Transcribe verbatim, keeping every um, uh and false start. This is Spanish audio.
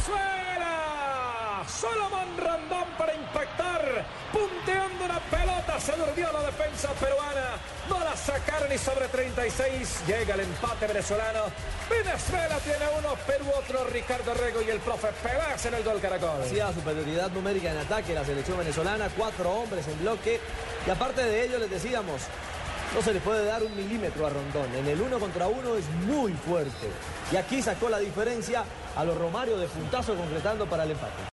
Venezuela. Solomon Rondón para impactar. Punteando una pelota. Se durmió la defensa peruana. No la sacaron y sobre treinta y seis llega el empate venezolano. Venezuela tiene uno, Perú otro. Ricardo Rego y el profe Pérez en el gol Caracol. Hacía superioridad numérica en ataque la selección venezolana. Cuatro hombres en bloque. Y aparte de ello les decíamos, no se le puede dar un milímetro a Rondón. En el uno contra uno es muy fuerte. Y aquí sacó la diferencia a los Romario de puntazo concretando para el empate.